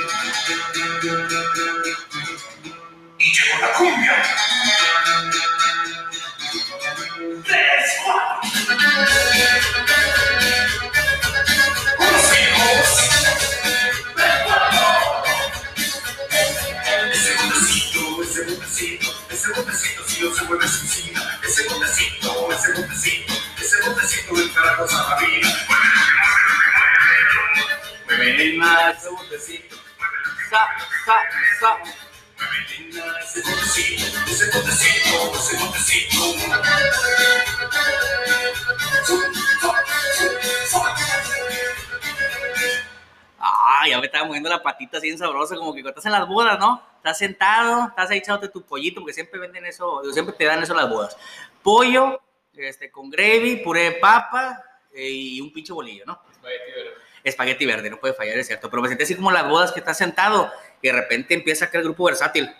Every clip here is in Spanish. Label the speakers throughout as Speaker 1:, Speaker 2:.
Speaker 1: Y llegó la cumbia. 3, 4. Unos hijos. Ese botecito, si no se mueve suicida. Ese botecito entra la cosa a la vida. Mueve nena, ese botecito. Mueve nena, ese botecito.
Speaker 2: Ya me estaba moviendo la patita así en sabrosa, como que cuando estás en las bodas, ¿no? Estás sentado, estás ahí echándote tu pollito, porque siempre venden eso, siempre te dan eso en las bodas. Pollo, con gravy, puré de papa y un pinche bolillo, ¿no? Espagueti verde, no puede fallar, es cierto. Pero me sentí así como en las bodas que estás sentado y de repente empieza acá el grupo versátil.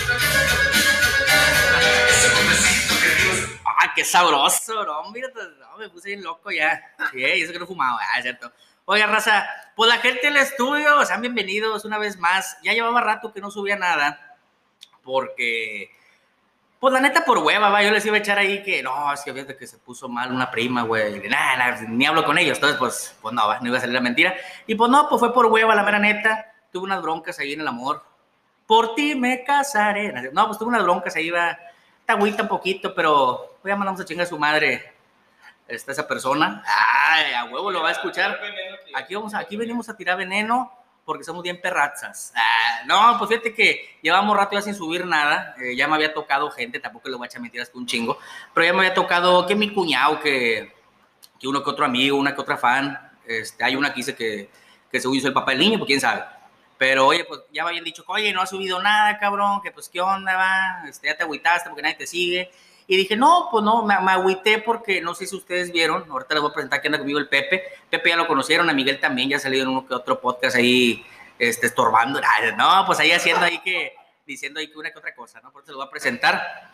Speaker 2: Qué sabroso, no, mira, no, me puse bien loco ya. Sí, eso que no fumaba, es cierto. Oiga, raza, pues la gente del estudio, sean bienvenidos una vez más. Ya llevaba rato que no subía nada, porque, pues la neta por hueva, va, yo les iba a echar ahí que, no, es que fíjate que se puso mal una prima, güey, nada, ni hablo con ellos, entonces pues no, no iba a salir la mentira. Y pues no, pues fue por hueva, la mera neta, tuve unas broncas ahí en el amor. Por ti me casaré. No, pues tuve unas broncas ahí, va, te agüita un poquito, pero ya mandamos a chingar a su madre. Esa persona, a huevo lo va a escuchar. Aquí venimos a tirar veneno porque somos bien perrazas. No, pues fíjate que llevamos rato ya sin subir nada. Ya me había tocado gente, tampoco le voy a echar mentiras que un chingo, pero ya me había tocado que mi cuñado, que uno que otro amigo, una que otra fan. Hay una que dice que según yo soy el papá del niño, pues quién sabe. Pero oye, pues ya me habían dicho, oye, no has subido nada, cabrón, que pues qué onda, va, ya te agüitaste porque nadie te sigue. Y dije, no, pues no, me agüité porque no sé si ustedes vieron, ahorita les voy a presentar que anda conmigo el Pepe. Pepe ya lo conocieron, a Miguel también, ya ha salido en uno que otro podcast ahí, estorbando. No, pues ahí haciendo ahí diciendo ahí que una que otra cosa, ¿no? Por eso les voy a presentar.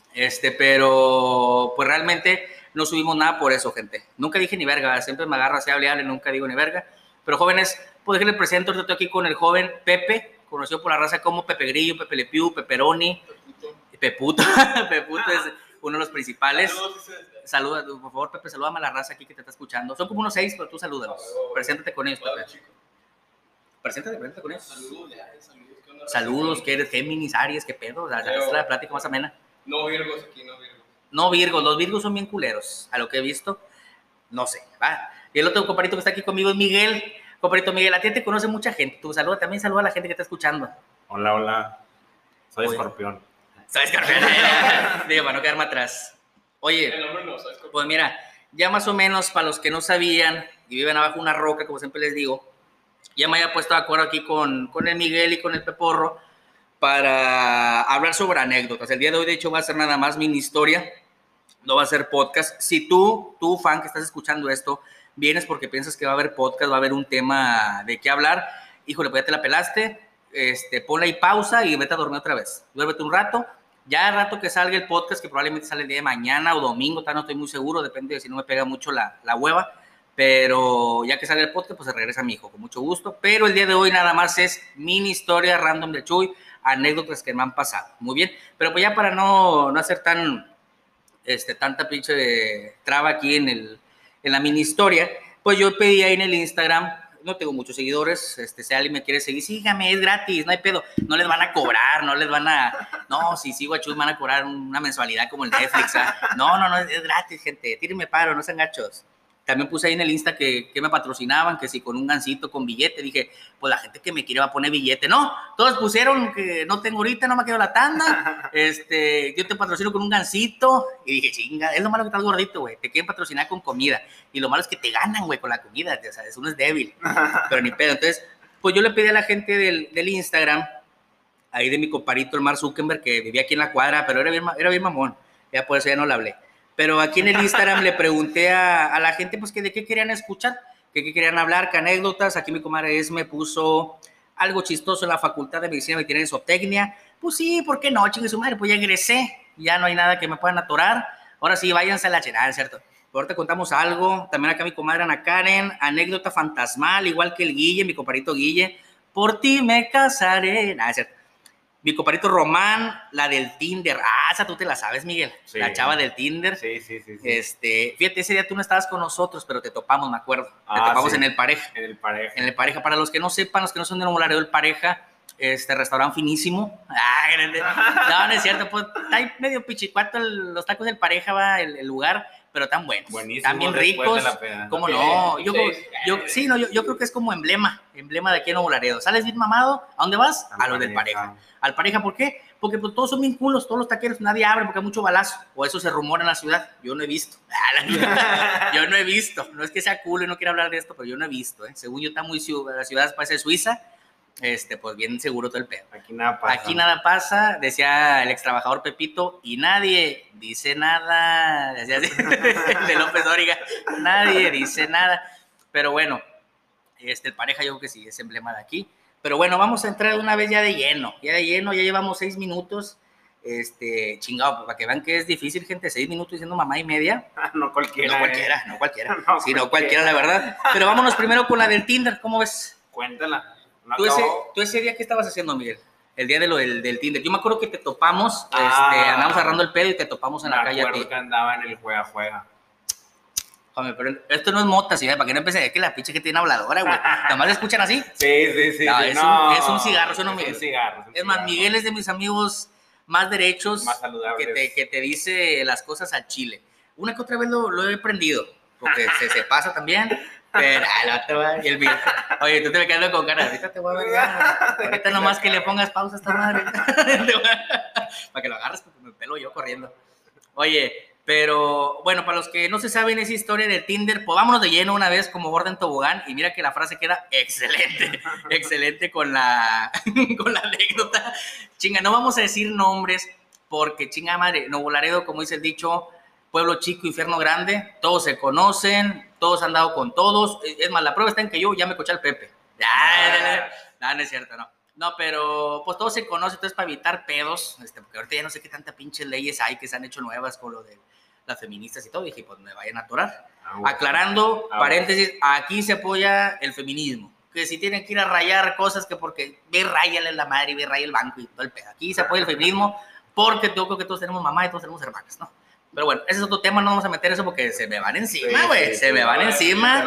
Speaker 2: Pero pues realmente no subimos nada por eso, gente. Nunca dije ni verga, siempre me agarro así a hablar y nunca digo ni verga. Pero jóvenes, pues déjenle presento, estoy aquí con el joven Pepe, conocido por la raza como Pepe Grillo, Pepe Le Pew, Pepperoni. Peputo. Peputo es uno de los principales. Saluda, por favor, Pepe, salúdame a la raza aquí que te está escuchando. Son como unos 6, pero tú salúdalos. Preséntate con ellos, Pepe. Preséntate con ellos. Saludos, que eres Géminis, Aries, qué pedo. Es la plática más amena.
Speaker 3: No Virgos aquí, no Virgos.
Speaker 2: No Virgos, los Virgos son bien culeros, a lo que he visto. No sé, va. Y el otro comparito que está aquí conmigo es Miguel. Comparito Miguel, a ti te conoce mucha gente. Tú también saluda a la gente que está escuchando.
Speaker 4: Hola. Soy Escorpión.
Speaker 2: Soy Escorpión. Digo, para no quedarme atrás. Oye,
Speaker 3: El nombre no, soy Escorpión.
Speaker 2: Pues mira, ya más o menos para los que no sabían y viven abajo una roca, como siempre les digo, ya me había puesto de acuerdo aquí con el Miguel y con el Peporro para hablar sobre anécdotas. El día de hoy, de hecho, va a ser nada más mini historia, no va a ser podcast. Si tú, fan que estás escuchando esto, vienes porque piensas que va a haber podcast, va a haber un tema de qué hablar, híjole, pues ya te la pelaste, ponle ahí pausa y vete a dormir otra vez. Duérmete un rato. Ya al rato que salga el podcast, que probablemente sale el día de mañana o domingo, no estoy muy seguro, depende de si no me pega mucho la hueva, pero ya que salga el podcast, pues se regresa mi hijo, con mucho gusto. Pero el día de hoy nada más es mini historia random de Chuy, anécdotas que me han pasado. Muy bien, pero pues ya para no hacer tanta pinche traba aquí en la mini historia, pues yo pedí ahí en el Instagram. No tengo muchos seguidores, si alguien me quiere seguir, sígame, es gratis, no hay pedo, no les van a cobrar, no, si sigo a Chuy van a cobrar una mensualidad como el Netflix, no, es gratis, gente, tírenme paro, no sean gachos. También puse ahí en el Insta que me patrocinaban, que si con un gancito, con billete, dije, pues la gente que me quiere va a poner billete, no, todos pusieron que no tengo ahorita, no me quedo la tanda, yo te patrocino con un gancito, y dije, chinga, es lo malo que estás gordito, güey, te quieren patrocinar con comida, y lo malo es que te ganan, güey, con la comida, o sea, uno es débil, pero ni pedo. Entonces, pues yo le pedí a la gente del Instagram, ahí de mi comparito, el Mark Zuckerberg, que vivía aquí en la cuadra, pero era bien mamón, ya por eso ya no le hablé. Pero aquí en el Instagram le pregunté a la gente, pues, que de qué querían escuchar, que qué querían hablar, qué anécdotas. Aquí mi comadre me puso algo chistoso en la Facultad de Medicina Veterinaria y Zootecnia. Pues sí, ¿por qué no? Chingue su madre, pues ya egresé, ya no hay nada que me puedan atorar. Ahora sí, váyanse a la chenada, ¿cierto? Ahorita contamos algo. También acá mi comadre Ana Karen, anécdota fantasmal, igual que el Guille, mi compadrito Guille. por ti me casaré. Nada, es cierto. Mi compadrito Román, la del Tinder. Esa tú te la sabes, Miguel.
Speaker 4: Sí.
Speaker 2: La chava del Tinder.
Speaker 4: Sí.
Speaker 2: Fíjate, ese día tú no estabas con nosotros, pero te topamos, me acuerdo. Te topamos
Speaker 4: sí.
Speaker 2: en el Pareja.
Speaker 4: En el pareja.
Speaker 2: En el Pareja, para los que no sepan, los que no son de Nuevo Laredo, el Pareja, restaurante finísimo. No es cierto, pues está medio pichicuato los tacos del Pareja, va, el lugar, pero tan buenos.
Speaker 4: Buenísimo.
Speaker 2: Están bien
Speaker 4: después
Speaker 2: ricos.
Speaker 4: de la peda.
Speaker 2: ¿Cómo no?
Speaker 3: Sí,
Speaker 2: Yo creo que es como emblema de aquí en Nuevo Laredo. ¿Sales bien mamado? ¿A dónde vas? A los del Pareja. Al Pareja, ¿por qué? Porque pues, todos son bien culos, todos los taqueros, nadie abre porque hay mucho balazo. O eso se rumora en la ciudad. Yo no he visto. Yo no he visto. No es que sea culo y no quiera hablar de esto, pero yo no he visto. Según yo, está muy la ciudad parece Suiza. Pues bien seguro todo el pedo.
Speaker 4: Aquí nada pasa.
Speaker 2: Aquí nada pasa, decía el ex trabajador Pepito, y nadie dice nada. Decía así, de López Dóriga. Nadie dice nada. Pero bueno, el Pareja yo creo que sí, es emblema de aquí. Pero bueno, vamos a entrar de una vez ya de lleno. Ya llevamos 6 minutos. Chingado, pues, para que vean que es difícil, gente, 6 minutos diciendo mamá y media.
Speaker 4: No cualquiera.
Speaker 2: No cualquiera. Sí, no cualquiera, la verdad. Pero vámonos primero con la del Tinder, ¿cómo ves?
Speaker 4: Cuéntala. No
Speaker 2: ¿Tú ese día qué estabas haciendo, Miguel? El día de lo del Tinder. Yo me acuerdo que te topamos, andamos agarrando el pedo y te topamos en la calle a ti.
Speaker 4: Me acuerdo que andaba en el juega.
Speaker 2: Hombre, pero esto no es mota, ¿sí? Para que no empecé, es que la pinche que tiene habladora, güey. ¿Nomás la escuchan así?
Speaker 4: Sí.
Speaker 2: No, es un cigarro, eso no,
Speaker 4: es
Speaker 2: Miguel.
Speaker 4: un cigarro.
Speaker 2: Es más, Miguel es de mis amigos más derechos,
Speaker 4: más saludables,
Speaker 2: que te dice las cosas al chile. Una que otra vez lo he prendido, porque se pasa también. Pero y el video. Oye, tú te me quedas con cara. Ahorita te voy a ver. Ahorita nomás que le pongas pausa a esta madre. Para que lo agarres, porque me pelo yo corriendo. Oye, pero bueno, para los que no se saben esa historia del Tinder, pues vámonos de lleno una vez como gorda en tobogán. Y mira que la frase queda excelente. Excelente con la anécdota. Chinga, no vamos a decir nombres, porque chinga madre, Nuevo Laredo, como dice el dicho, pueblo chico, infierno grande, todos se conocen, todos han dado con todos. Es más, la prueba está en que yo ya me coché al Pepe. No es cierto, no. No, pero pues todos se conocen, entonces para evitar pedos, porque ahorita ya no sé qué tanta pinches leyes hay que se han hecho nuevas con lo de las feministas y todo, dije, pues me vayan a atorar. Aclarando, paréntesis, aquí se apoya el feminismo, que si tienen que ir a rayar cosas, que porque ve ráyale la madre y ve raya el banco y todo el pedo. Aquí se apoya el feminismo porque yo creo que todos tenemos mamá y todos tenemos hermanas, ¿no? Pero bueno, ese es otro tema, no vamos a meter eso porque se me van encima, güey. Se me van encima.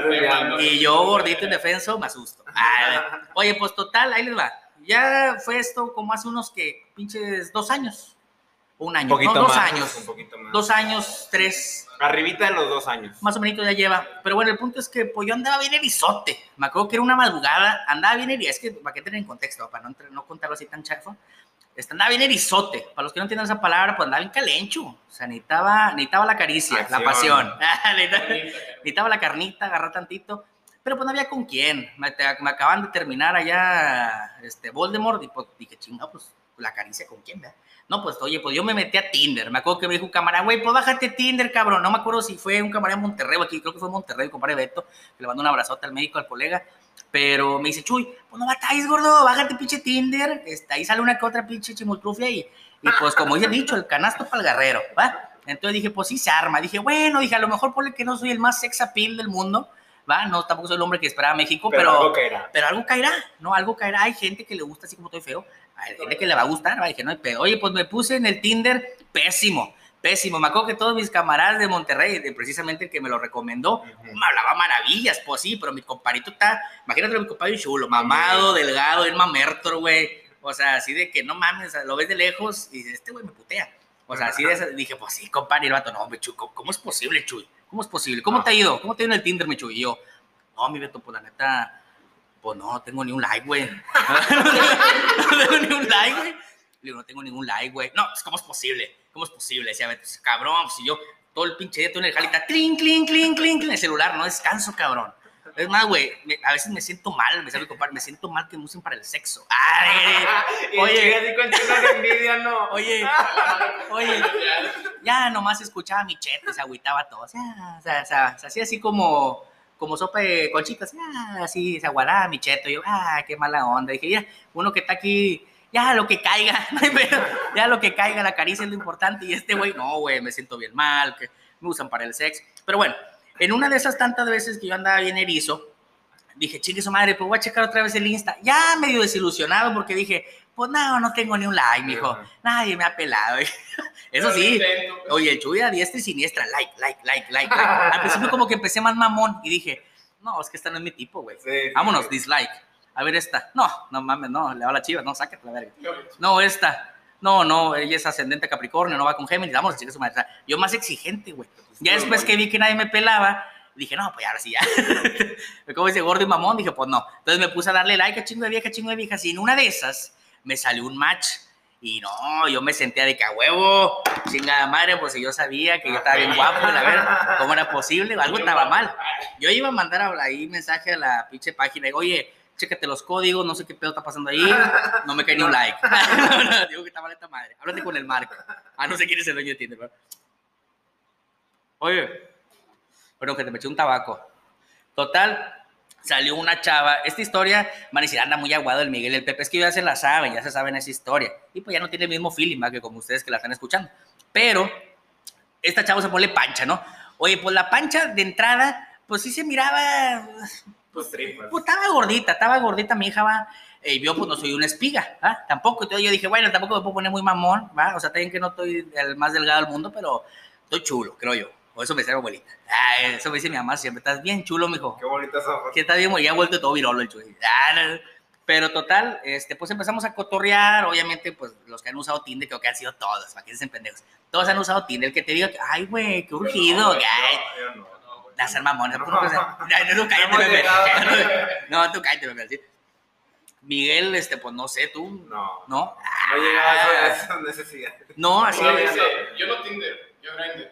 Speaker 2: Y yo, gordito indefenso, me asusto. Oye, pues total, ahí les va. Ya fue esto como hace unos que pinches 2 años. Un año.
Speaker 4: Un poquito
Speaker 2: no, 2
Speaker 4: más,
Speaker 2: años.
Speaker 4: Un poquito más.
Speaker 2: 2 años, 3.
Speaker 4: Arribita de los 2 años.
Speaker 2: Más o menos ya lleva. Pero bueno, el punto es que pues yo andaba bien erizote. Me acuerdo que era una madrugada, andaba bien erizote. Es que para que tener en contexto, para no contarlo así tan chafo. Andaba bien erizote. Para los que no entiendan esa palabra, pues andaba bien calencho. O sea, necesitaba la caricia,
Speaker 4: acción.
Speaker 2: La pasión. necesitaba la carnita, agarrar tantito. Pero pues no había con quién. Me acaban de terminar allá Voldemort y pues dije, chinga, pues la caricia con quién, ¿verdad? No, pues oye, pues yo me metí a Tinder. Me acuerdo que me dijo un camarada, güey, pues bájate Tinder, cabrón. No me acuerdo si fue un camarada en Monterrey o aquí, creo que fue en Monterrey, el compadre Beto, que le mandó un abrazote al médico, al colega. Pero me dice, Chuy, pues no batalles, gordo, bájate pinche Tinder. Ahí sale una que otra pinche chimultrufia y pues como dice el dicho, el canasto para el guerrero, ¿va? Entonces dije, pues sí se arma. Dije, bueno, a lo mejor ponle que no soy el más sex appeal del mundo, ¿va? No, tampoco soy el hombre que esperaba México, pero
Speaker 4: algo caerá.
Speaker 2: Pero algo caerá, ¿no? Algo caerá. Hay gente que le gusta así como estoy feo. Hay gente que le va a gustar, ¿va? Dije, no hay pedo. Oye, pues me puse en el Tinder pésimo. Me acuerdo que todos mis camaradas de Monterrey, precisamente el que me lo recomendó, me hablaba maravillas, pues sí, pero mi compadrito está, imagínate mi compadre chulo, mamado, delgado, el mamerto, güey. O sea, así de que no mames, lo ves de lejos y dices, güey me putea. O sea, así de esa, dije, pues sí, compadre, el vato, no, me Chuy, ¿cómo es posible, Chuy? ¿Cómo es posible? ¿Cómo te ha ido? ¿Cómo te ha ido en el Tinder, mi Chuy? Y yo, no, mi Beto, pues la neta, pues no tengo ni un like, güey. No tengo ni un like, güey. Le digo, no tengo ningún like, güey. No, pues, ¿cómo es posible? ¿Cómo es posible? Decía, pues, cabrón, pues si yo todo el pinche día estoy en el jalita, clink, clink, clink, clink, en el celular, no descanso, cabrón. Es más, güey, a veces me siento mal, me siento mal que me usen para el sexo. Ay, oye,
Speaker 4: así con de envidia, no.
Speaker 2: Oye, ya nomás escuchaba mi chete, se agüitaba todo. O sea, se hacía así como sopa de conchitas, así se aguadaba mi cheto. Yo, qué mala onda. Dije, ya, uno que está aquí, ya lo que caiga, ya lo que caiga, la caricia es lo importante. Y güey, no, güey, me siento bien mal, que me usan para el sexo. Pero bueno, en una de esas tantas veces que yo andaba bien erizo, dije, chingue su madre, pues voy a checar otra vez el Insta. Ya medio desilusionado porque dije, pues no tengo ni un like, mijo.
Speaker 4: Ajá.
Speaker 2: Nadie me ha pelado. Eso sí, oye, el Chuy a diestra y siniestra, like. Al principio como que empecé más mamón y dije, no, es que esta no es mi tipo, güey.
Speaker 4: Sí,
Speaker 2: Vámonos,
Speaker 4: sí.
Speaker 2: dislike. A ver esta. No mames, no, le va a la chiva, no, sácate la verga. No, esta. No, ella es ascendente Capricornio, no va con Géminis, vamos a chingar su madre. O sea, yo más exigente, güey. Ya después que vi que nadie me pelaba, dije, no, pues ahora sí ya. Como dice gordo y mamón, dije, pues no. Entonces me puse a darle like a chingo de viejas. Y en una de esas me salió un match. Y no, yo me sentía de que a huevo, chingada madre, pues si yo sabía que yo estaba bien guapo, la verdad, ¿cómo era posible? Algo estaba mal. Yo iba a mandar ahí mensaje a la pinche página, y digo, oye, chécate los códigos, no sé qué pedo está pasando ahí, no me cae ni un like. No, digo que está mal esta madre. Háblate con el Marco. No sé quién es el dueño de Tinder, ¿verdad? Oye, bueno, que te me eché un tabaco. Total, salió una chava. Esta historia, van a decir, anda muy aguado el Miguel y el Pepe. Es que ya se la saben, ya se saben esa historia. Y pues ya no tiene el mismo feeling, ¿va? Que como ustedes que la están escuchando. Pero esta chava se pone pancha, ¿no? Oye, pues la pancha de entrada, pues sí se miraba.
Speaker 4: Pues tripas.
Speaker 2: Pues estaba gordita mi hija, va. Y yo pues no soy una espiga, ¿va? Tampoco. Entonces yo dije, bueno, tampoco me puedo poner muy mamón, ¿va? O sea, también que no estoy el más delgado del mundo, pero estoy chulo, creo yo. O eso me dice mi abuelita. Eso me dice mi mamá siempre. Estás bien chulo, mijo.
Speaker 4: Qué bonitos ojos.
Speaker 2: Que está bien, ya ha vuelto todo virolo el Chuy. No. Pero total, pues empezamos a cotorrear. Obviamente, pues los que han usado Tinder, creo que han sido todos, para que dicen pendejos. Todos han usado Tinder. El que te diga, ay, güey, qué urgido.
Speaker 4: Yo no.
Speaker 2: Las mamones.
Speaker 4: No.
Speaker 2: No, cállate, bebé. No, tú cállate, bebé. ¿Sí? Miguel, pues no sé, tú.
Speaker 4: No.
Speaker 2: ¿No?
Speaker 4: No llegaba a esas necesidades.
Speaker 2: No, así.
Speaker 3: Yo no Tinder, yo Grindr.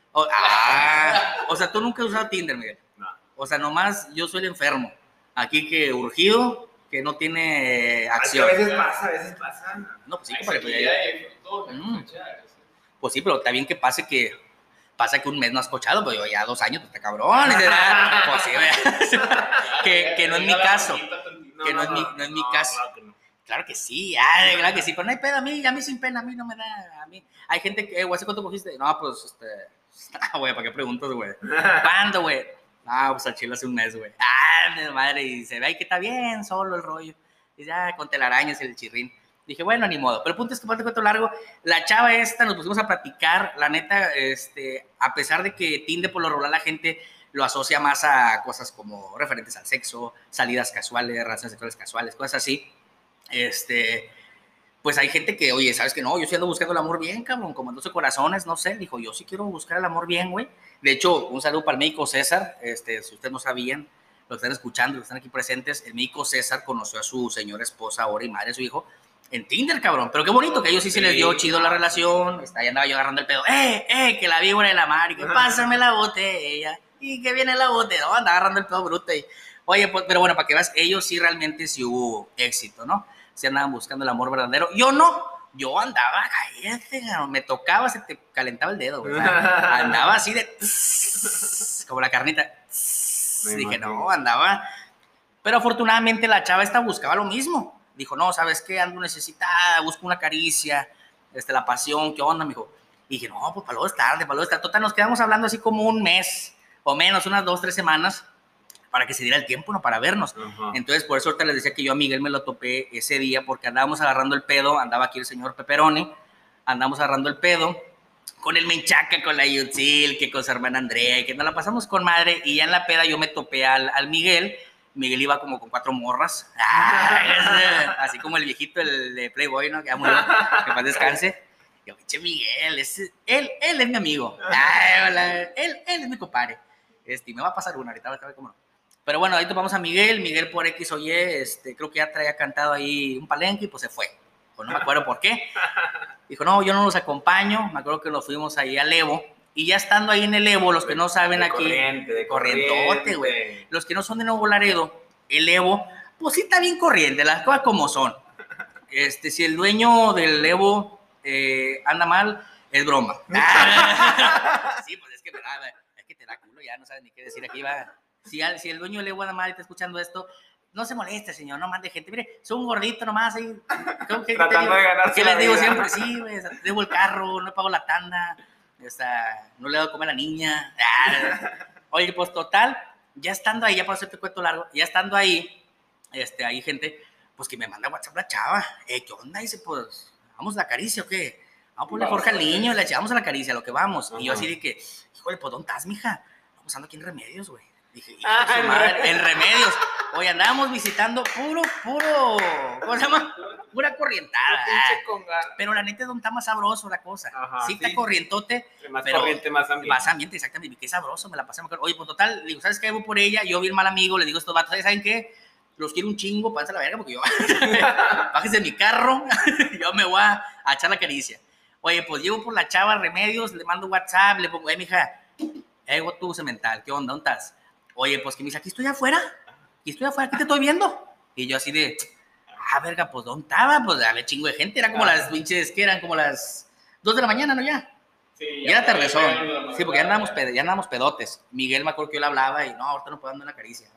Speaker 2: O sea, tú nunca has usado Tinder, Miguel.
Speaker 4: No.
Speaker 2: O sea, nomás yo soy el enfermo. Aquí que urgido, que no tiene acción.
Speaker 4: A veces pasa.
Speaker 2: No, pues sí,
Speaker 3: Hay
Speaker 2: compadre, pues,
Speaker 3: sequía
Speaker 2: ya-
Speaker 3: y todo,
Speaker 2: pues sí, pero está bien que pasa que un mes no has cochado, pero yo ya 2 años, pues está cabrón. Pues sí, que no es mi caso. Que no es mi caso.
Speaker 4: Claro que no.
Speaker 2: Claro que sí, claro que sí, pero no hay pedo, a mí sin pena, a mí no me da, a mí. Hay gente que, güey, ¿hace cuánto cogiste? No, pues, güey, ¿para qué preguntas, güey? ¿Cuándo, güey? Pues al chile hace un mes, güey. Mi madre, y se ve ahí que está bien, solo el rollo. Y ya, con telarañas y el chirrín. Dije, bueno, ni modo. Pero el punto es que, para cuento largo, la chava esta, nos pusimos a platicar, la neta, a pesar de que Tinder, por lo regular, la gente lo asocia más a cosas como referentes al sexo, salidas casuales, relaciones sexuales casuales, cosas así. Pues hay gente que, oye, ¿sabes que no? Yo sí ando buscando el amor bien, cabrón, como en 12 corazones, no sé. Dijo, yo sí quiero buscar el amor bien, güey. De hecho, un saludo para el médico César. Si ustedes no sabían, lo que están escuchando, los que están aquí presentes, el médico César conoció a su señora esposa, ahora y madre de su hijo, en Tinder, cabrón. Pero qué bonito, que a ellos sí se les dio chido la relación. Ahí andaba yo agarrando el pedo. Que la víbora de la mar, y que pásame la botella, y que viene la botella. No, andaba agarrando el pedo bruto. Y, oye, pues, pero bueno, para que veas, ellos sí realmente sí hubo éxito, ¿no? Se andaban buscando el amor verdadero. Yo no, yo andaba, cállate, me tocaba, se te calentaba el dedo, güey. O sea, andaba así de como la carnita. Dije, no, andaba. Pero afortunadamente la chava esta buscaba lo mismo. Dijo, no, ¿sabes qué? Ando necesitada, busco una caricia, la pasión, ¿qué onda, mijo? Y dije, no, pues para luego es tarde. Total, nos quedamos hablando así como un mes, o menos, unas 2, 3 semanas, para que se diera el tiempo, ¿no? Para vernos.
Speaker 4: Ajá.
Speaker 2: Entonces, por eso ahorita les decía que yo a Miguel me lo topé ese día, porque andábamos agarrando el pedo, andaba aquí el señor Pepperoni, andábamos agarrando el pedo, con el Menchaca, con la Yutzil, que con su hermana Andrea, que nos la pasamos con madre, y ya en la peda yo me topé al Miguel. Miguel iba como con 4 morras, así como el viejito, el de Playboy, ¿no? Que ya murió, que paz descanse. Yo, pinche Miguel, él es mi amigo, él es mi compadre. Y me va a pasar una, ahorita va a ver cómo no. Pero bueno, ahí topamos a Miguel por X o Y, creo que ya traía cantado ahí un palenque y pues se fue. Pues no me acuerdo por qué. Dijo, no, yo no los acompaño. Me acuerdo que nos fuimos ahí al Evo. Y ya estando ahí en el Evo, los que no saben
Speaker 4: de
Speaker 2: aquí.
Speaker 4: De
Speaker 2: corrientote, güey. Los que no son de Nuevo Laredo, el Evo, pues sí está bien corriente, las cosas como son. Si el dueño del Evo anda mal, es broma. Sí, pues es que verdad, es que te da culo, ya no sabes ni qué decir aquí, va. Si el dueño del Evo anda mal y está escuchando esto, no se moleste, señor, no mande gente. Mire, soy un gordito nomás ahí.
Speaker 4: Tratando de ganarse
Speaker 2: ¿Qué
Speaker 4: la
Speaker 2: les digo
Speaker 4: vida?
Speaker 2: siempre? Sí, güey, debo el carro, no pago la tanda, no le doy a comer a la niña. Oye, pues total, ya estando ahí, ya para hacerte cuento largo, ya estando ahí, hay gente, pues que me manda WhatsApp la chava, ¿qué onda? Dice, pues, ¿vamos a la caricia o qué? Vamos a ponerle Jorge al niño, le echamos a la caricia, lo que vamos. Y yo así de que, híjole, pues, ¿dónde estás, mija? Vamos ando aquí en Remedios, güey. Dije, hijo de su madre, en Remedios. Hoy andábamos visitando puro, ¿cómo se llama? Pura corrientada. Pero la neta, ¿dónde está más sabroso la cosa?
Speaker 4: Ajá,
Speaker 2: sí, está corrientote.
Speaker 4: Más
Speaker 2: pero
Speaker 4: corriente, más ambiente.
Speaker 2: Más ambiente, exactamente. Qué sabroso, me la pasé mejor. Oye, pues total, le digo, ¿sabes qué? Voy por ella. Yo, bien mal amigo, le digo a estos vatos, ¿saben qué? Los quiero un chingo, pásense a la verga, porque yo, bájense de mi carro, yo me voy a echar la caricia. Oye, pues llego por la chava Remedios, le mando WhatsApp, le pongo, mija, tu cemental, ¿qué onda? ¿Dónde estás? Oye, pues que me dice, aquí estoy afuera, aquí te estoy viendo. Y yo así de, verga, pues ¿dónde estaba? Pues había chingo de gente, era como las pinches, que eran como las 2 de la mañana, ¿no? Ya. Sí, ya era tardezón. Sí, porque ya andábamos pedotes. Miguel me acuerdo que yo le hablaba y no, ahorita no puedo dar una caricia.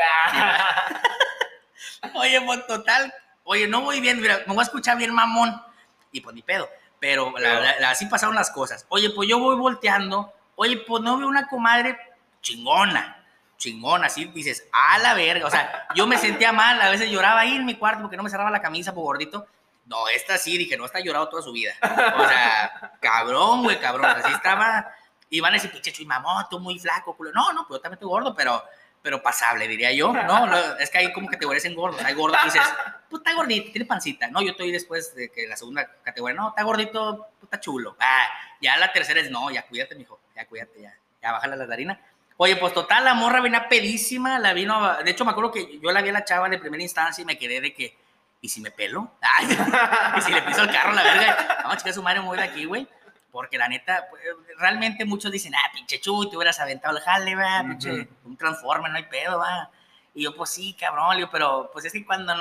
Speaker 2: Oye, pues total, no voy bien, mira, me voy a escuchar bien mamón. Y pues ni pedo. Pero así pasaron las cosas. Oye, pues yo voy volteando. Oye, pues no veo una comadre chingona, así dices, a la verga. O sea, yo me sentía mal, a veces lloraba ahí en mi cuarto porque no me cerraba la camisa por gordito. No, esta sí, dije, no, está llorado toda su vida. O sea, cabrón, güey, cabrón. Así estaba. Y van a decir, pinche Chuy, mamón, tú muy flaco, culo. No, pues yo también estoy gordo, pero pasable, diría yo. No, es que hay como categorías en gordos. Hay gordos que dices, pues está gordito, tiene pancita. No, yo estoy después de que la segunda categoría, no, está gordito, pues está chulo. Ya la tercera es, no, ya cuídate, mijo, ya cuídate, ya bájala la harina. Oye, pues total, la morra venía pedísima, de hecho me acuerdo que yo la vi a la chava de primera instancia y me quedé de que, ¿y si me pelo? ¿Y si le piso el carro, la verga? Vamos a chicar su madre, me voy de aquí, güey. Porque la neta, pues, realmente muchos dicen, pinche Chuy, te hubieras aventado el jale, va, pinche, un Transformer, no hay pedo, va. Y yo, pues sí, cabrón, pero pues es que cuando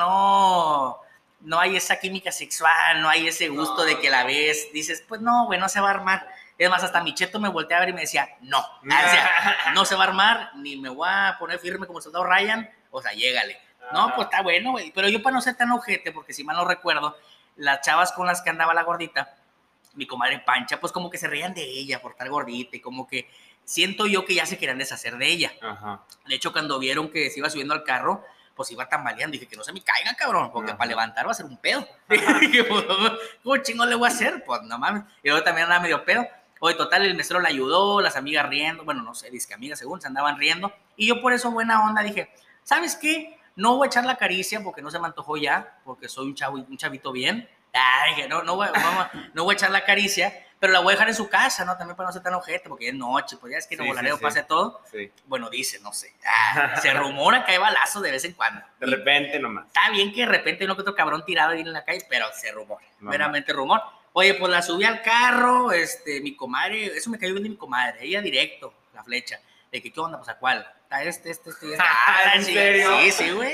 Speaker 2: no hay esa química sexual, no hay ese gusto de que la ves, dices, pues no, güey, no se va a armar. Es más, hasta mi cheto me volteaba a ver y me decía, no. O sea, no se va a armar, ni me voy a poner firme como el soldado Ryan, o sea, llégale. No, pues está bueno, güey. Pero yo para no ser tan ojete, porque si mal no recuerdo, las chavas con las que andaba la gordita, mi comadre Pancha, pues como que se reían de ella por estar gordita y como que siento yo que ya se querían deshacer de ella. Ajá. De hecho, cuando vieron que se iba subiendo al carro, pues iba tambaleando. Dije, que no se me caiga, cabrón, porque para levantar va a ser un pedo. Dije, pues, ¿cómo chingón le voy a hacer? Pues no mames. Y luego también andaba medio pedo. Oye, total, el mesero la ayudó, las amigas riendo, bueno, no sé, dizque amigas según, se andaban riendo. Y yo por eso, buena onda, dije, ¿sabes qué? No voy a echar la caricia porque no se me antojó ya, porque soy un chavito bien. Dije, no voy a echar la caricia, pero la voy a dejar en su casa, ¿no? También para no ser tan ojete, porque es noche, pues ya es que en Voladero pasa todo. Sí. Bueno, dice, no sé. Se rumora que hay balazos de vez en cuando.
Speaker 4: De repente nomás.
Speaker 2: Está bien que de repente uno que otro cabrón tirado ahí en la calle, pero se rumora, meramente rumor. Oye, pues la subí al carro, mi comadre, eso me cayó bien de mi comadre, ella directo, la flecha, de que, ¿qué onda? Pues, ¿a cuál? Este.
Speaker 4: ¿En serio?
Speaker 2: Sí, güey.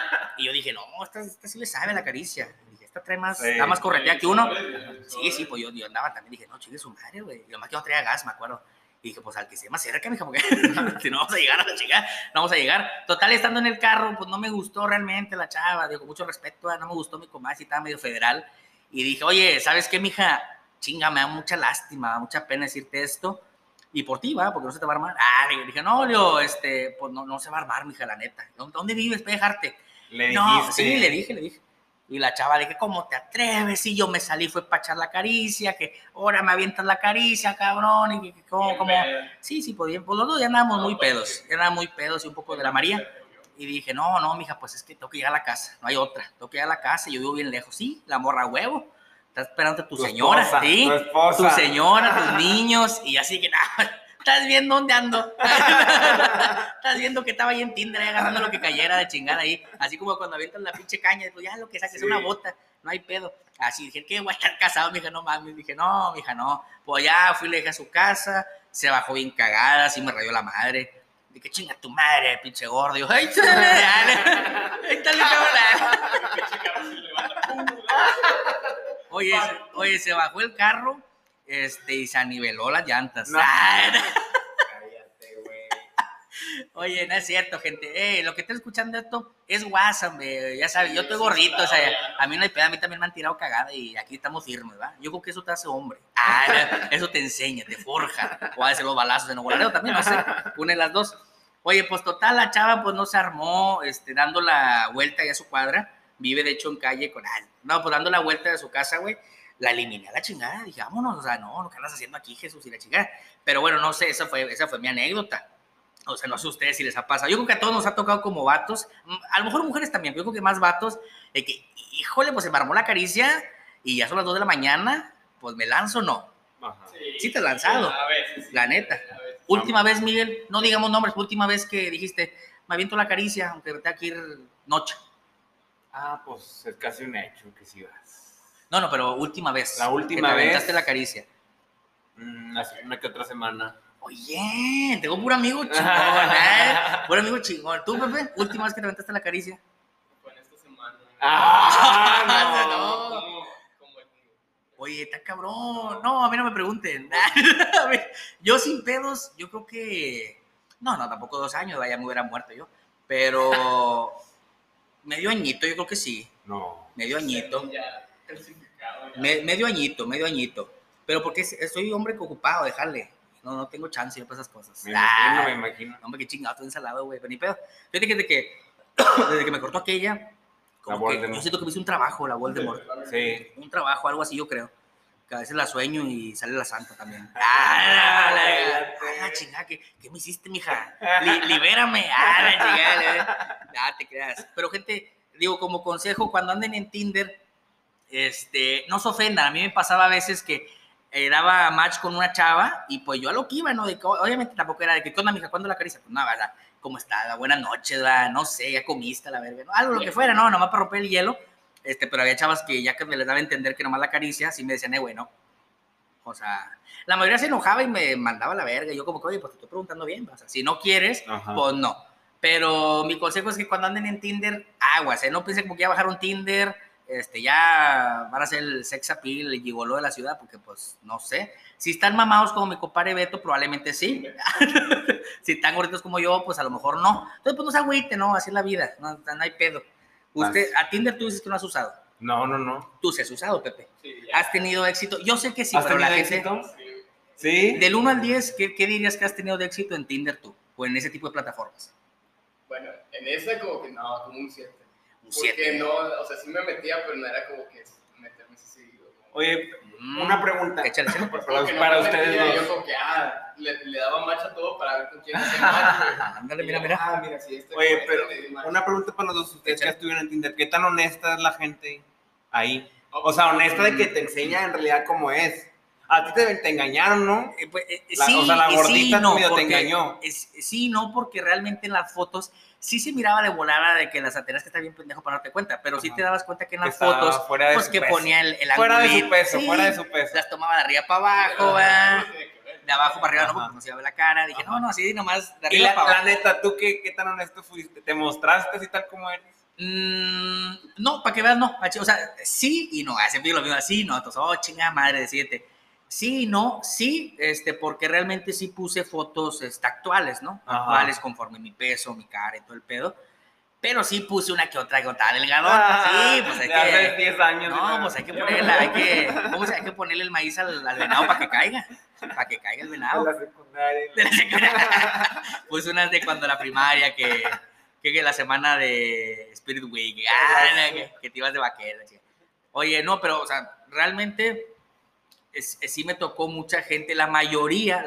Speaker 2: Y yo dije, no, esta sí le sabe la caricia. Dije, esta trae más, está más corretea que uno. Sí, pues yo andaba también, dije, no, chingue su madre, güey. Y lo más que no traía gas, me acuerdo. Y dije, pues al que se más cerca, mija, porque si no vamos a llegar a la chica, no vamos a llegar. Total, estando en el carro, pues no me gustó realmente la chava, digo, con mucho respeto, no me gustó mi comadre, si estaba medio federal. Y dije, oye, ¿sabes qué, mija? Chinga, me da mucha lástima, me da mucha pena decirte esto. Y por ti, ¿va? Porque no se te va a armar. Dije, no, Leo, pues no se va a armar, mija, la neta. ¿Dónde vives? Voy a dejarte.
Speaker 4: Le dijiste.
Speaker 2: Sí, le dije. Y la chava le dije, ¿cómo te atreves? Y yo me salí, fue para echar la caricia, que ahora me avientas la caricia, cabrón. Y que como. Sí, pues bien, pues los dos ya andábamos muy pedos. Ya andábamos muy pedos y un poco de la María. Y dije, no, mija, pues es que tengo que llegar a la casa, no hay otra. Tengo que llegar a la casa y yo vivo bien lejos. Sí, la morra huevo. Está esperando tu señora,
Speaker 4: esposa,
Speaker 2: ¿sí?
Speaker 4: Tu esposa.
Speaker 2: Tu señora, tus niños. Y así que nada, estás viendo dónde ando. Estás viendo que estaba ahí en Tinder, agarrando lo que cayera de chingada ahí. Así como cuando avientas la pinche caña, pues ya lo que saques es una bota, no hay pedo. Así dije, ¿qué? Voy a estar casado, mija, no mames. Dije, no, mija, no. Pues ya fui, le dejé a su casa, se bajó bien cagada, así me rayó la madre. Dije, chinga tu madre, pinche gordo. Y yo, ¡ay, ahí está el Oye, se bajó el carro y se aniveló las llantas. No.
Speaker 4: Cállate, güey.
Speaker 2: Oye, no es cierto, gente. Lo que estoy escuchando esto es WhatsApp, ya sabes, yo estoy gordito, o sea, a mí no hay pedo, a mí también me han tirado cagada y aquí estamos firmes, ¿va? Yo creo que eso te hace hombre. Eso te enseña, te forja. O a veces los balazos de Nuevo Laredo también, no sé, une las dos. Oye, pues total, la chava pues no se armó, dando la vuelta ya a su cuadra. Vive, de hecho, en calle con... No, pues dando la vuelta de su casa, güey. La eliminé a la chingada, dije, vámonos, o sea, no, ¿qué andas haciendo aquí, Jesús? Y la chingada. Pero bueno, no sé, esa fue mi anécdota. O sea, no sé ustedes si les ha pasado. Yo creo que a todos nos ha tocado como vatos, a lo mejor mujeres también, pero yo creo que más vatos, de que, híjole, pues se me armó la caricia y ya son las 2 de la mañana, pues me lanzo, ¿no?
Speaker 4: Ajá.
Speaker 2: Sí te has lanzado,
Speaker 3: A veces, sí.
Speaker 2: la neta.
Speaker 3: A veces.
Speaker 2: Última vez, Miguel, no digamos nombres, última vez que dijiste, me aviento la caricia, aunque tenga que ir noche.
Speaker 4: Ah, pues es casi un hecho que sí vas.
Speaker 2: No, pero última vez.
Speaker 4: La última
Speaker 2: que te
Speaker 4: vez.
Speaker 2: aventaste la caricia.
Speaker 4: Hace una que otra semana.
Speaker 2: Oye, tengo puro amigo chingón, ¿eh? Puro amigo chingón. ¿Tú, Pepe? Última vez que te aventaste la caricia.
Speaker 3: Fue en esta semana.
Speaker 2: No.
Speaker 3: Como el
Speaker 2: Oye, está cabrón. No, a mí no me pregunten. A ver, yo sin pedos, yo creo que... No, tampoco 2 años, vaya, me hubiera muerto yo. Pero... medio añito, yo creo que sí.
Speaker 4: No.
Speaker 2: Medio añito.
Speaker 3: Ya calcificado, ya.
Speaker 2: Medio añito. Pero porque soy hombre ocupado, déjale. No tengo chance yo para esas cosas.
Speaker 4: Me imagino.
Speaker 2: Hombre, qué chingado, estoy ensalado, güey. Pero ni pedo. Fíjate que desde que me cortó aquella, como que yo siento que me hice un trabajo, la Voldemort.
Speaker 4: Sí.
Speaker 2: Un trabajo, algo así, yo creo. Que a veces la sueño y sale la santa también. La chingada, ¿qué me hiciste, mija? Libérame. La chingada. Te creas. Pero, gente, digo, como consejo, cuando anden en Tinder, no se ofendan. A mí me pasaba a veces que daba match con una chava y pues yo a lo que iba, ¿no? De que, obviamente tampoco era de que, ¿qué onda, mija? ¿Cuándo la caricia? Pues nada, ¿verdad? ¿Cómo está? Buenas noches, ¿verdad? No sé, ya comiste, la verga, ¿no? Algo lo que fuera, ¿no? Nomás para romper el hielo. Pero había chavas que ya que me les daba a entender que nomás la caricia, sí me decían, güey, no. O sea, la mayoría se enojaba y me mandaba a la verga. Y yo como que, oye, pues te estoy preguntando bien. O sea, si no quieres, pues no. Pero mi consejo es que cuando anden en Tinder, aguas, no piensen como que ya bajaron Tinder, ya van a ser el sex appeal, el gigoló de la ciudad, porque pues, no sé. Si están mamados como mi compadre Beto, probablemente sí. Si están gorditos como yo, pues a lo mejor no. Entonces, pues no se agüite, ¿no? Así es la vida, no hay pedo. Usted, a Tinder tú dices que no has usado.
Speaker 4: No.
Speaker 2: Tú sí has usado, Pepe.
Speaker 3: Sí, ya.
Speaker 2: ¿Has tenido éxito? Yo sé que sí,
Speaker 4: ¿Has
Speaker 2: pero la
Speaker 4: tenido
Speaker 2: gente...
Speaker 4: éxito? Sí.
Speaker 2: Del 1 al 10, ¿qué dirías que has tenido de éxito en Tinder tú? O en ese tipo de plataformas.
Speaker 3: Bueno, en esa como que no, como un 7.
Speaker 2: Un 7.
Speaker 3: Porque no, o sea, sí me metía, pero no era como que meterme así seguido.
Speaker 4: Oye, una pregunta.
Speaker 2: Échale.
Speaker 4: Para ustedes
Speaker 3: metía,
Speaker 4: dos.
Speaker 3: yo como que, le daba match a todo para ver con quién hacía match, güey.
Speaker 2: Ándale,
Speaker 3: Y
Speaker 2: mira.
Speaker 3: yo, mira, sí,
Speaker 4: Oye,
Speaker 3: con
Speaker 4: pero
Speaker 3: le di match.
Speaker 4: una pregunta para los dos, ustedes que
Speaker 2: Échale.
Speaker 4: estuvieron en Tinder, ¿qué tan honesta es la gente ahí? O sea, honesta de que te enseña en realidad cómo es. A ti te engañaron, ¿no?
Speaker 2: Sí,
Speaker 4: o sea, la gordita
Speaker 2: sí, no,
Speaker 4: medio te
Speaker 2: porque,
Speaker 4: engañó.
Speaker 2: Sí, no, porque realmente en las fotos sí se miraba de volada de que las tenías que estar bien pendejo para darte cuenta, pero sí te dabas cuenta que en las
Speaker 4: Estaba
Speaker 2: fotos,
Speaker 4: fuera de
Speaker 2: pues
Speaker 4: su
Speaker 2: que
Speaker 4: peso.
Speaker 2: ponía el
Speaker 4: Fuera de
Speaker 2: angulito.
Speaker 4: su peso,
Speaker 2: Sí,
Speaker 4: fuera de su peso.
Speaker 2: las tomaba de arriba para abajo, ¿verdad? De abajo para arriba,
Speaker 4: Ajá.
Speaker 2: no, porque no se iba a ver la cara. Dije, no, así nomás de
Speaker 4: Y
Speaker 2: arriba para
Speaker 4: la
Speaker 2: abajo.
Speaker 4: neta, ¿tú qué tan honesto fuiste? ¿Te mostraste así tal como eres?
Speaker 2: No, para que veas, no. O sea, sí y no. Siempre digo lo mismo, sí, no. Entonces, chingada madre, decídete. Sí, no, sí, porque realmente sí puse fotos actuales, ¿no?
Speaker 4: Ajá.
Speaker 2: Actuales conforme mi peso, mi cara y todo el pedo. Pero sí puse una que otra gota delgadona. Sí, pues hay
Speaker 4: de hace
Speaker 2: que...
Speaker 4: 10 años.
Speaker 2: No, pues hay que ponerla, hay que ponerle el maíz al venado para que caiga. Para que caiga el venado.
Speaker 4: De la secundaria.
Speaker 2: De la secundaria. Puse unas de cuando la primaria, que la semana de Spirit Week, que te ibas de vaquera. Oye, no, pero, o sea, realmente sí me tocó mucha gente, la mayoría,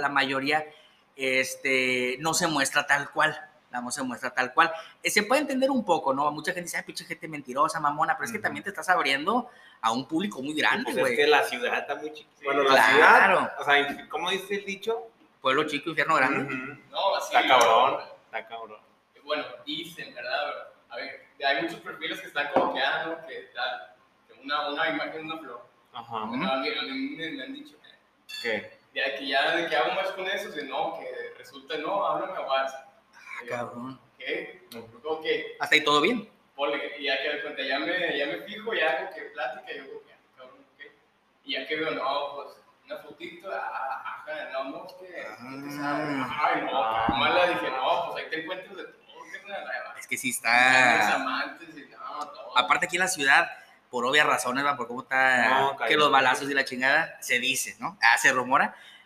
Speaker 2: no se muestra tal cual. No se muestra tal cual. Se puede entender un poco, ¿no? Mucha gente dice, pinche gente mentirosa, mamona, pero es que también te estás abriendo a un público muy grande,
Speaker 4: Pues
Speaker 2: güey.
Speaker 4: es que la ciudad está muy chiquita. Bueno,
Speaker 2: Claro.
Speaker 4: la ciudad, o sea, ¿cómo dice el dicho?
Speaker 2: Pueblo chico, infierno grande.
Speaker 3: No, así.
Speaker 4: Está cabrón, está cabrón.
Speaker 3: Bueno, dicen, ¿verdad? A ver, hay muchos perfiles que están como que, ¿no? Que tal, que una imagen de una flor.
Speaker 4: Ajá.
Speaker 3: Bueno, a mí me han dicho
Speaker 4: ¿Qué?
Speaker 3: de que hago más con eso, si no, que resulta, no, háblame a WhatsApp.
Speaker 2: Cabrón.
Speaker 3: ¿Qué? Como que,
Speaker 2: Hasta ahí todo bien.
Speaker 3: ponle, y ya que de cuenta, ya me fijo, ya hago que plática, y yo como que, cabrón, ¿qué? Y ya que veo, no, pues, una fotito, no, es que sabe, ay, no, mala, dije, no, pues ahí te encuentras de todo, que es una
Speaker 2: Es que sí
Speaker 3: Los
Speaker 2: está...
Speaker 3: amantes y no, todo.
Speaker 2: Aparte aquí en la ciudad, por obvias razones, ¿va? Por cómo está,
Speaker 4: No,
Speaker 2: que los balazos y la chingada, se dice, ¿no? Se rumora.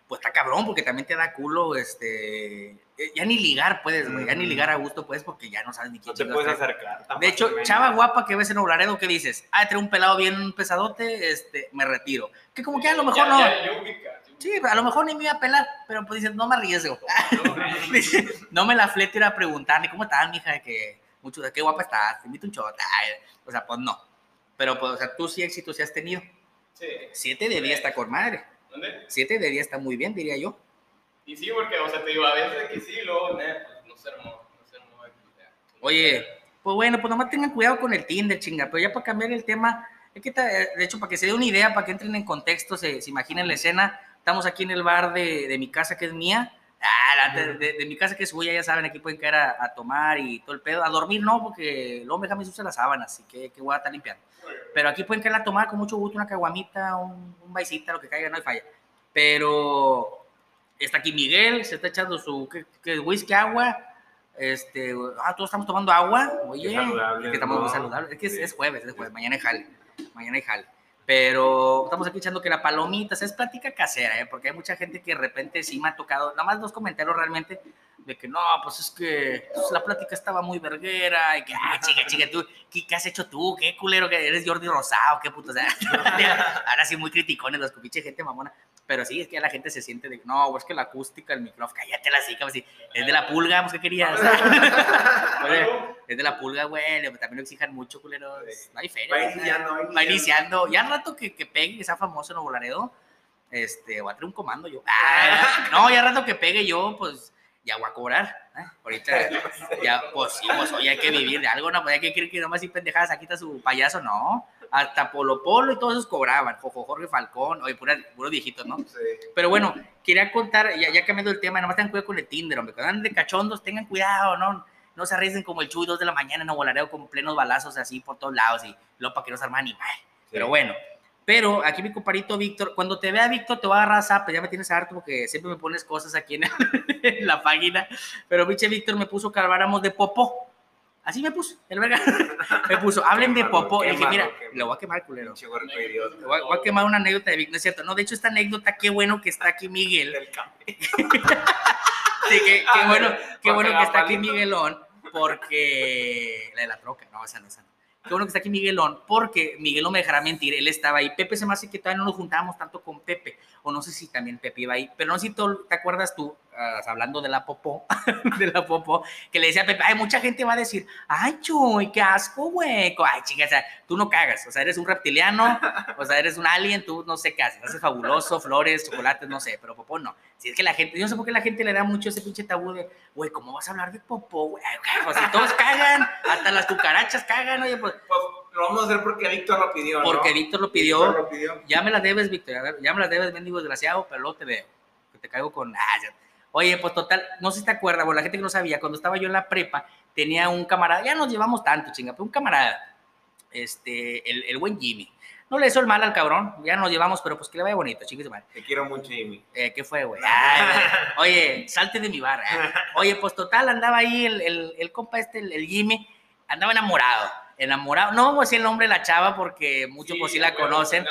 Speaker 2: pues está cabrón, porque también te da culo, ya ni ligar puedes, güey, ya ni ligar a gusto puedes, porque ya no sabes ni quién
Speaker 4: No te
Speaker 2: chingados
Speaker 4: puedes
Speaker 2: trae.
Speaker 4: acercar. tan
Speaker 2: De hecho,
Speaker 4: fácilmente.
Speaker 2: chava guapa que ves en Oblaredo, ¿qué dices? Ah, trae un pelado bien pesadote, me retiro. Que como que a lo mejor no.
Speaker 3: Ya ubica.
Speaker 2: Sí, a lo mejor ni me iba a pelar, pero pues dices, no me arriesgo. No me la flete ir a preguntarle, ¿cómo estás, mija? De qué guapa estás, te invito un shot. O sea, pues no. Pero, pues, o sea, tú sí éxito sí has tenido.
Speaker 3: Sí.
Speaker 2: 7 de 10 está con madre.
Speaker 3: ¿Dónde?
Speaker 2: 7 de 10 está muy bien, diría yo.
Speaker 3: Y sí, porque, o sea, te digo, a veces que sí, luego, pues no se armó.
Speaker 2: Oye, pues bueno, pues nomás tengan cuidado con el Tinder, chinga. Pero ya para cambiar el tema, de hecho, para que se dé una idea, para que entren en contexto, se imaginen la escena. Estamos aquí en el bar de mi casa, que es mía. De mi casa, que es suya, ya saben, aquí pueden caer a tomar y todo el pedo. A dormir no, porque luego me deja me sucia las sábanas, así que voy a estar limpiando. Pero aquí pueden caer a tomar con mucho gusto, una caguamita, un baisita, lo que caiga, no hay falla. Pero está aquí Miguel, se está echando su whisky, agua. Todos estamos tomando agua. Oye,
Speaker 4: saludable,
Speaker 2: es que estamos
Speaker 4: ¿no?
Speaker 2: muy saludables. Es que
Speaker 4: Sí.
Speaker 2: es jueves, mañana hay jale. Pero estamos aquí echando que la palomita, es plática casera, porque hay mucha gente que de repente sí me ha tocado, nada más 2 comentarios realmente, de que no, pues es que la plática estaba muy verguera, y que, chica, tú, ¿qué has hecho tú? ¿Qué culero que eres Jordi Rosado? ¿Qué puto? O sea, ahora sí muy criticones los pinche gente mamona. Pero sí, es que la gente se siente de, no, es que la acústica, el micrófono, cállate la cica, si es de la pulga, pues, ¿qué querías? Oye, es de la pulga, güey, también lo exijan mucho, culeros, no hay feria. Va iniciando, ya al rato que pegue, que sea famoso en Nuevo Laredo, voy a traer un comando yo. No, ya al rato que pegue yo, pues, ya voy a cobrar, ahorita, ya, pues sí, pues, oye, hay que vivir de algo, no, pues hay que creer que nomás y pendejadas, aquí está su payaso, no. Hasta Polo Polo y todos esos cobraban, Jorge Falcón, oye, puros viejitos, ¿no?
Speaker 4: Sí.
Speaker 2: Pero bueno, quería contar, ya cambiando el tema, nomás tengan cuidado con el Tinder, hombre, cuando andan de cachondos, tengan cuidado, no se arriesguen como el Chuy 2 de la mañana en Nuevo Laredo con plenos balazos así por todos lados y luego para que no se arman ni mal. Sí. Pero bueno, aquí mi comparito Víctor, cuando te vea Víctor te va a agarrar zap, ya me tienes harto porque siempre me pones cosas aquí en la página, pero pinche Víctor me puso que habláramos de popó. Así me puso, el verga. Me puso, hablen de popó. Y dije, mira, lo voy a quemar, culero. Voy a quemar una anécdota de Vic, no es cierto. No, de hecho, esta anécdota, qué bueno que está aquí Miguel. Sí, qué bueno que está aquí Miguelón, porque... La de la troca, no, esa no. Qué bueno que está aquí Miguelón, porque Miguel no me dejará mentir, él estaba ahí. Pepe se me hace que todavía no nos juntábamos tanto con Pepe, o no sé si también Pepe iba ahí, pero no sé si te acuerdas tú, hablando de la popó, que le decía a Pepe, ay, mucha gente va a decir, ay, Chuy, qué asco, güey. Ay, chica, o sea, tú no cagas, o sea, eres un reptiliano, o sea, eres un alien, tú no sé qué haces fabuloso, flores, chocolates, no sé, pero popó no. Si es que la gente, yo no sé por qué la gente le da mucho ese pinche tabú de, güey, ¿cómo vas a hablar de popó, güey? Pues si todos cagan, hasta las cucarachas cagan, oye, pues
Speaker 4: lo vamos a hacer porque Víctor lo pidió, ¿no?
Speaker 2: Porque Víctor lo pidió. Ya me las debes, Víctor, a ver, ya me las debes, mendigo desgraciado, pero luego te veo, que te caigo con... Oye, pues total, no sé si te acuerdas, bueno, la gente que no sabía, cuando estaba yo en la prepa, tenía un camarada, ya nos llevamos tanto, chinga, pero un camarada, el buen Jimmy. No le hizo el mal al cabrón, ya nos llevamos, pero pues que le vaya bonito, chingue su madre.
Speaker 4: Te quiero mucho, Jimmy.
Speaker 2: ¿Qué fue, güey? Oye, salte de mi bar. Oye, pues total, andaba ahí el compa el Jimmy, andaba enamorado, no vamos a decir el nombre de la chava porque muchos pues sí la conocen.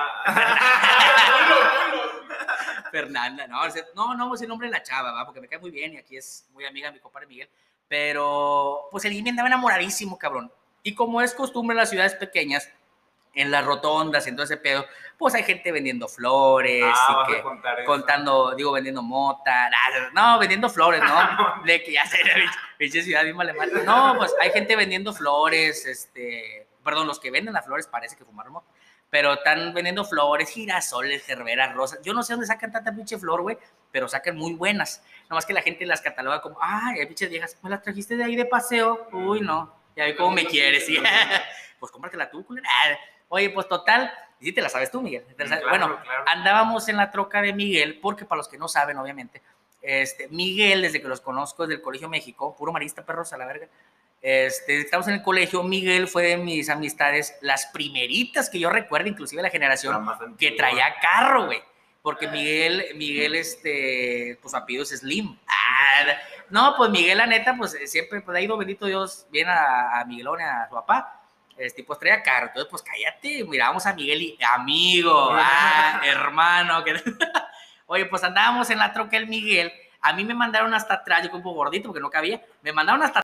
Speaker 2: Fernanda, no vamos a decir el nombre de la chava, ¿va? Porque me cae muy bien y aquí es muy amiga de mi compadre Miguel, pero pues el Jimmy andaba enamoradísimo, cabrón, y como es costumbre en las ciudades pequeñas, en las rotondas, en todo ese pedo, pues hay gente vendiendo flores, vendiendo mota, vendiendo flores, ¿no? De que ya se pinche ciudad misma le mata. No, pues hay gente vendiendo flores, los que venden las flores parece que fumaron mota, pero están vendiendo flores, girasoles, gerberas, rosas. Yo no sé dónde sacan tanta pinche flor, güey, pero sacan muy buenas. Nomás que la gente las cataloga como, ay, pinches viejas, ¿me las trajiste de ahí de paseo? Uy, no, ya vi cómo me quieres, ¿sí? Pues cómpratela tú, culera. Oye, pues total, y sí te la sabes tú, Miguel.
Speaker 4: Claro,
Speaker 2: bueno,
Speaker 4: claro.
Speaker 2: Andábamos en la troca de Miguel, porque para los que no saben, obviamente, Miguel, desde que los conozco, desde el Colegio México, puro marista, perros a la verga. Estamos en el colegio, Miguel fue de mis amistades, las primeritas que yo recuerdo, inclusive la generación que traía carro, güey. Porque Miguel, pues su apellido es Slim. No, pues Miguel, la neta, pues siempre, pues ha ido, bendito Dios, bien a Miguelón y a su papá. Pues traía carro, entonces pues cállate, mirábamos a Miguel y amigo, hermano, que... Oye, pues andábamos en la troca el Miguel. A mí me mandaron hasta atrás, yo como gordito porque no cabía. Me mandaron hasta